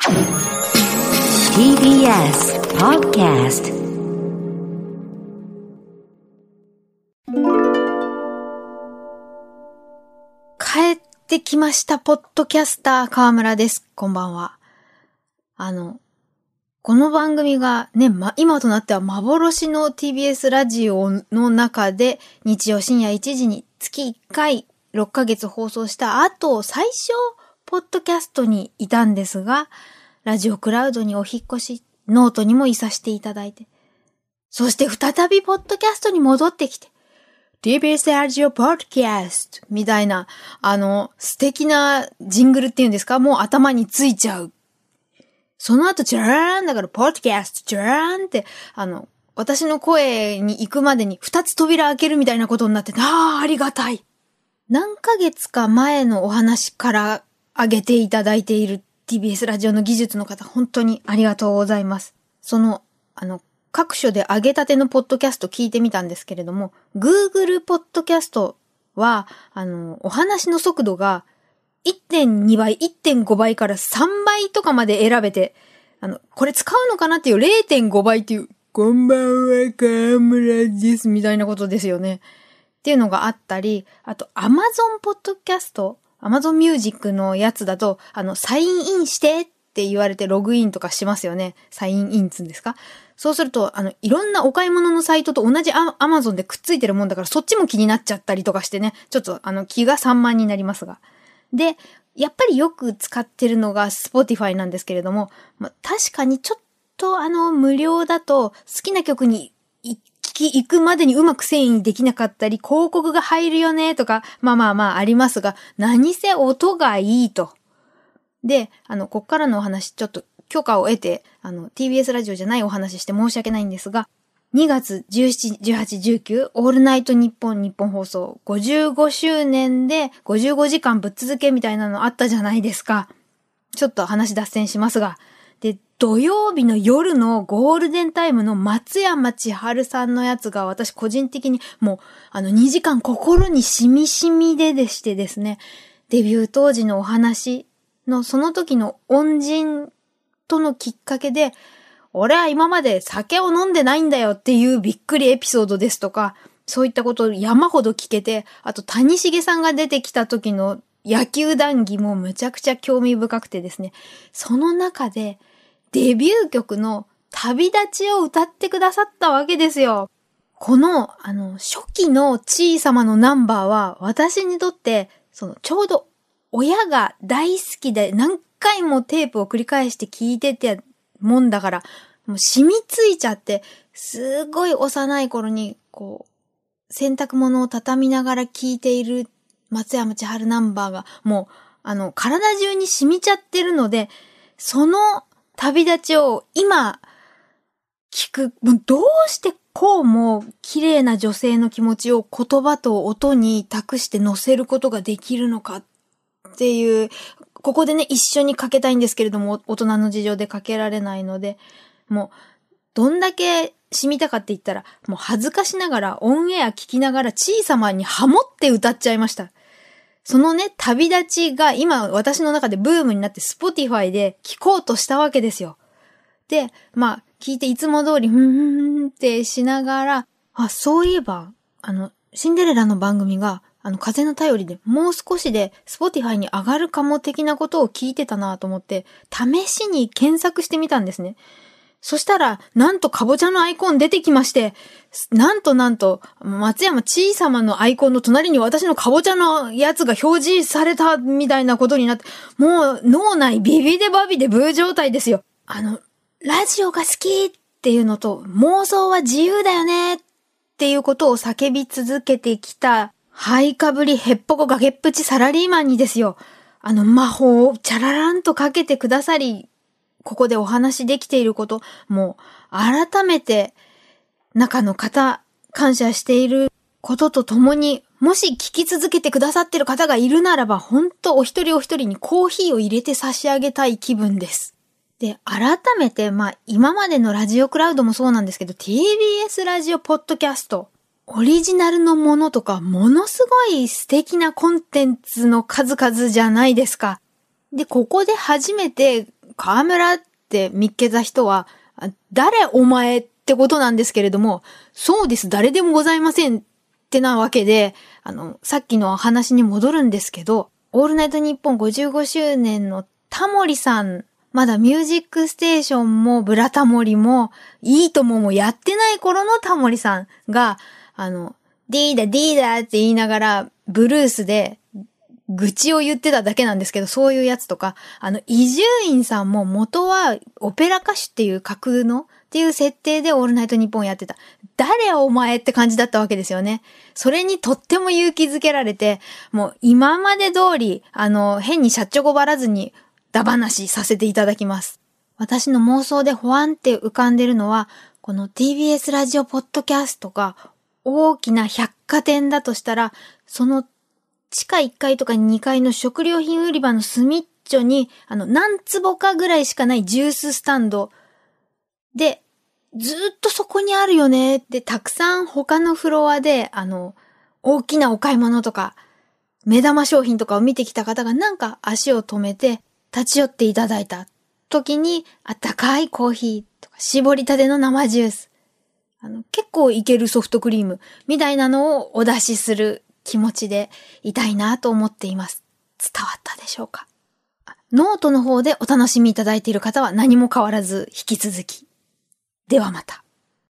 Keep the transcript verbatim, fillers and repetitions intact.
ティービーエス Podcast。 帰ってきました、ポッドキャスター川村です。こんばんは。あの、この番組がね、ま、今となっては幻の ティービーエス ラジオの中で日曜深夜いちじに月いっかいろっかげつ放送した後、最初、ポッドキャストにいたんですが、ラジオクラウドにお引っ越し、ノートにもいさせていただいて、そして再びポッドキャストに戻ってきて、ティービーエス ラジオポッドキャストみたいな、あの、素敵なジングルっていうんですか、もう頭についちゃう。その後、チャラーンだから、ポッドキャスト、チャラーンって、あの、私の声に行くまでに二つ扉開けるみたいなことになってて、ああ、ありがたい。何ヶ月か前のお話から上げていただいている ティービーエス ラジオの技術の方、本当にありがとうございます。その、あの、各所で上げたてのポッドキャスト聞いてみたんですけれども、Google ポッドキャストは、あの、お話の速度が いってんにばい、いってんごばいからさんばいとかまで選べて、あの、これ使うのかなっていう れいてんごばいっていう、こんばんは、河村です、みたいなことですよね。っていうのがあったり、あと Amazon ポッドキャスト、Amazon Music のやつだと、あの、サインインしてって言われてログインとかしますよね。サインインつんですか？そうすると、あの、いろんなお買い物のサイトと同じ Amazon でくっついてるもんだから、そっちも気になっちゃったりとかしてね、ちょっとあの、気が散漫になりますが。で、やっぱりよく使ってるのが Spotify なんですけれども、まあ、確かにちょっとあの、無料だと好きな曲に聞き行くまでにうまく遷移できなかったり、広告が入るよねとか、まあまあまあありますが、何せ音がいいと。で、あの、こっからのお話、ちょっと許可を得て、あの、ティービーエス ラジオじゃないお話して申し訳ないんですが、にがつじゅうしち、じゅうはち、じゅうきゅう、オールナイトニッポン日本放送ごじゅうごしゅうねんでごじゅうごじかんぶっ続けみたいなのあったじゃないですか。ちょっと話脱線しますが。で、土曜日の夜のゴールデンタイムの松山千春さんのやつが私個人的にもうあのにじかん心にしみしみででしてですね、デビュー当時のお話のその時の恩人とのきっかけで、俺は今まで酒を飲んでないんだよっていうびっくりエピソードですとか、そういったことを山ほど聞けて、あと谷繁さんが出てきた時の野球談義もむちゃくちゃ興味深くてですね、その中でデビュー曲の旅立ちを歌ってくださったわけですよ。この、あの、初期のちいさまのナンバーは私にとって、そのちょうど親が大好きで何回もテープを繰り返して聞いててもんだから、もう染みついちゃって、すごい幼い頃に、こう、洗濯物を畳みながら聞いている松山千春ナンバーが、もう、あの、体中に染みちゃってるので、その旅立ちを今、聞く、どうしてこうも綺麗な女性の気持ちを言葉と音に託して乗せることができるのかっていう、ここでね、一緒にかけたいんですけれども、大人の事情でかけられないので、もう、どんだけ染みたかって言ったら、もう恥ずかしながら、オンエア聞きながら、小さまにハモって歌っちゃいました。そのね、旅立ちが今、私の中でブームになって、Spotify で聞こうとしたわけですよ。で、まあ、聞いていつも通り、ふーんってしながら、あ、そういえば、あの、シンデレラの番組が、あの、風の便りでもう少しで Spotify に上がるかも的なことを聞いてたなと思って、試しに検索してみたんですね。そしたら、なんとかぼちゃのアイコン出てきまして、なんとなんと、松山ちいさまのアイコンの隣に私のかぼちゃのやつが表示されたみたいなことになって、もう脳内ビビデバビデブー状態ですよ。あの、ラジオが好きっていうのと、妄想は自由だよねっていうことを叫び続けてきた、ハイかぶりへっぽこ崖っぷちサラリーマンにですよ。あの魔法をチャラランとかけてくださり、ここでお話できていること、もう改めて中の方感謝していることとともに、もし聞き続けてくださっている方がいるならば、本当お一人お一人にコーヒーを入れて差し上げたい気分です。で、改めて、まあ今までのラジオクラウドもそうなんですけど、ティービーエス ラジオポッドキャスト、オリジナルのものとか、ものすごい素敵なコンテンツの数々じゃないですか。で、ここで初めて河村って見っけた人は、誰お前ってことなんですけれども、そうです、誰でもございませんってなわけで、あの、さっきの話に戻るんですけど、オールナイトニッポンごじゅうごしゅうねんのタモリさん、まだミュージックステーションもブラタモリもいいとももやってない頃のタモリさんが、あの、ディーダディーダって言いながらブルースで愚痴を言ってただけなんですけど、そういうやつとか、あの、伊集院さんも元はオペラ歌手っていう架空のっていう設定でオールナイトニッポンやってた。誰お前って感じだったわけですよね。それにとっても勇気づけられて、もう今まで通り、あの、変にしゃっちょこばらずにだ話させていただきます。私の妄想でほわんって浮かんでるのは、この ティービーエス ラジオポッドキャストが大きな百貨店だとしたら、その地下いっかいとかにかいの食料品売り場の隅っちょに、あの、何坪かぐらいしかないジューススタンドで、ずーっとそこにあるよねって、たくさん他のフロアで、あの、大きなお買い物とか、目玉商品とかを見てきた方がなんか足を止めて、立ち寄っていただいた時に、あったかいコーヒーとか、絞りたての生ジュース、あの、結構いけるソフトクリームみたいなのをお出しする気持ちでいたいなと思っています。伝わったでしょうか？ノートの方でお楽しみいただいている方は何も変わらず引き続き。ではまた。